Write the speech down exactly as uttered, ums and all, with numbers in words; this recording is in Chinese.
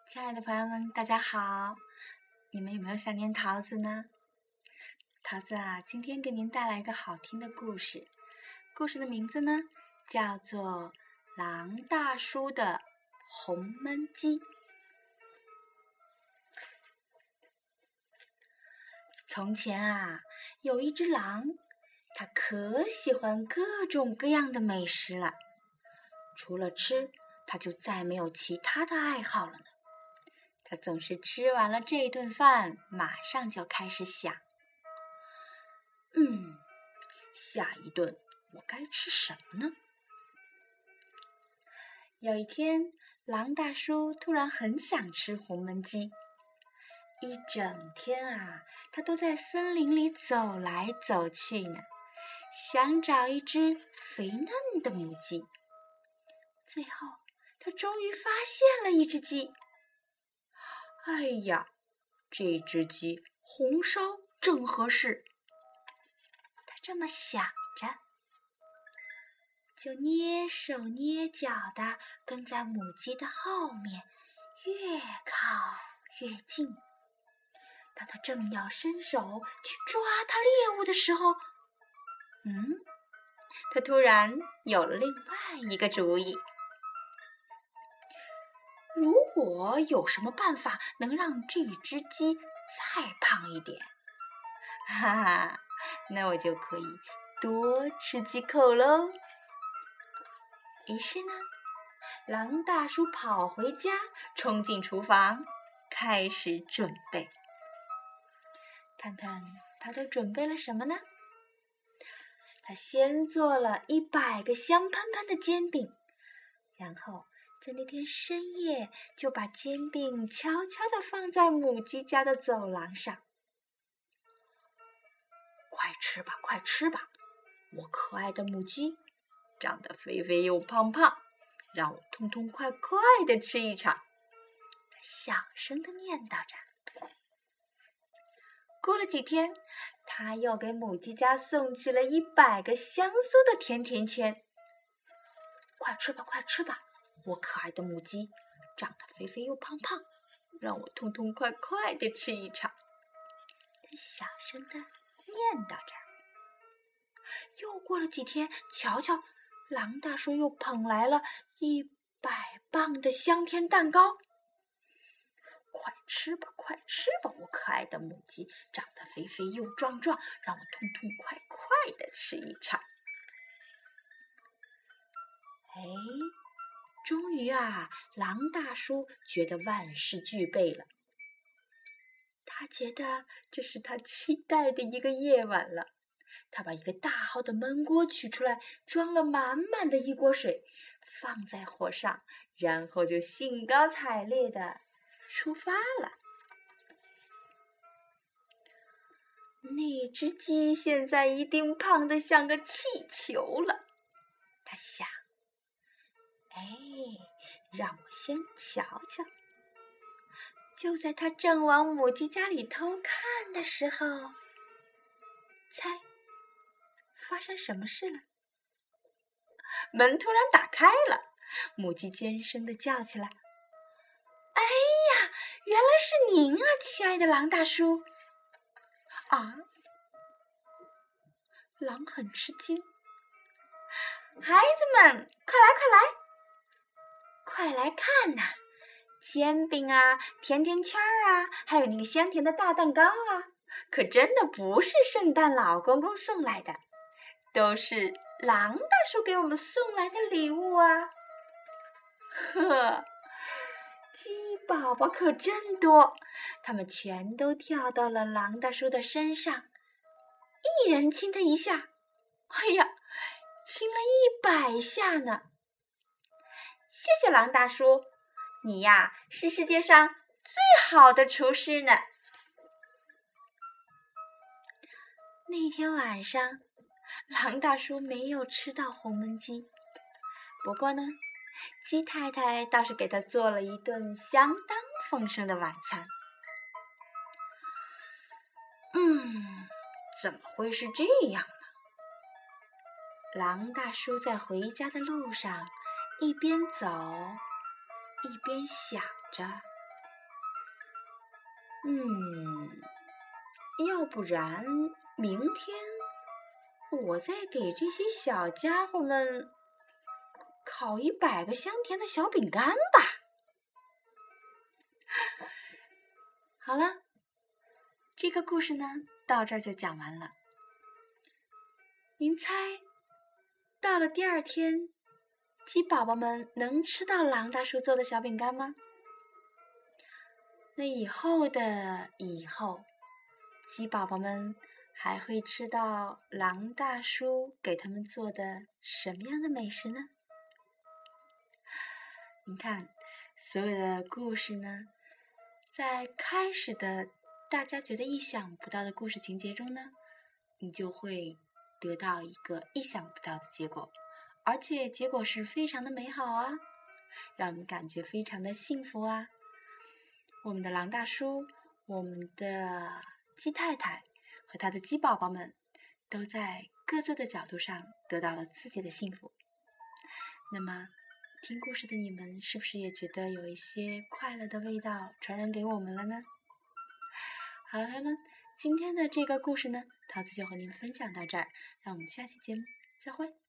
亲爱的朋友们，大家好！你们有没有想念桃子呢？桃子啊，今天给您带来一个好听的故事。故事的名字呢，叫做《狼大叔的红焖鸡》。从前啊，有一只狼，它可喜欢各种各样的美食了。除了吃，它就再没有其他的爱好了呢。他总是吃完了这顿饭，马上就开始想：嗯，下一顿我该吃什么呢？有一天，狼大叔突然很想吃红焖鸡，一整天啊，他都在森林里走来走去呢，想找一只肥嫩的母鸡。最后，他终于发现了一只鸡。哎呀，这只鸡红烧正合适。他这么想着，就蹑手蹑脚地跟在母鸡的后面，越靠越近。当他正要伸手去抓它猎物的时候，嗯，他突然有了另外一个主意。如果有什么办法能让这只鸡再胖一点，哈哈，那我就可以多吃几口喽。于是呢，狼大叔跑回家，冲进厨房，开始准备。看看他都准备了什么呢？他先做了一百个香喷喷的煎饼，然后在那天深夜就把煎饼悄悄地放在母鸡家的走廊上。快吃吧，快吃吧，我可爱的母鸡，长得肥肥又胖胖，让我痛痛快快地吃一场。他小声地念叨着。过了几天，他又给母鸡家送去了一百个香酥的甜甜圈。快吃吧，快吃吧，我可爱的母鸡，长得肥肥又胖胖，让我痛痛快快地吃一场。他小声地念叨着。又过了几天，瞧瞧，狼大叔又捧来了一百磅的香甜蛋糕。快吃吧，快吃吧，我可爱的母鸡，长得肥肥又壮壮，让我痛痛快快地吃一场。哎，终于啊，狼大叔觉得万事俱备了。他觉得这是他期待的一个夜晚了。他把一个大号的焖锅取出来，装了满满的一锅水，放在火上，然后就兴高采烈地出发了。那只鸡现在一定胖得像个气球了，他想。哎，让我先瞧瞧。就在他正往母鸡家里偷看的时候，猜发生什么事了？门突然打开了，母鸡尖声地叫起来：“哎呀，原来是您啊，亲爱的狼大叔！”啊！狼很吃惊。孩子们，快来快来！快来看呐，煎饼啊，甜甜圈啊，还有那个香甜的大蛋糕啊，可真的不是圣诞老公公送来的，都是狼大叔给我们送来的礼物啊！呵，鸡宝宝可真多，他们全都跳到了狼大叔的身上，一人亲他一下，哎呀，亲了一百下呢！谢谢狼大叔，你呀是世界上最好的厨师呢。那天晚上，狼大叔没有吃到红焖鸡，不过呢，鸡太太倒是给他做了一顿相当丰盛的晚餐。嗯，怎么会是这样呢？狼大叔在回家的路上，一边走一边想着， 嗯，要不然明天我再给这些小家伙们烤一百个香甜的小饼干吧。好了，这个故事呢，到这儿就讲完了。您猜，到了第二天，鸡宝宝们能吃到狼大叔做的小饼干吗？那以后的以后，鸡宝宝们还会吃到狼大叔给他们做的什么样的美食呢？你看，所有的故事呢，在开始的大家觉得意想不到的故事情节中呢，你就会得到一个意想不到的结果，而且结果是非常的美好啊，让我们感觉非常的幸福啊。我们的狼大叔，我们的鸡太太和他的鸡宝宝们都在各自的角度上得到了自己的幸福。那么听故事的你们是不是也觉得有一些快乐的味道传染给我们了呢？好了，朋友们，今天的这个故事呢，桃子就和您分享到这儿，让我们下期节目再会。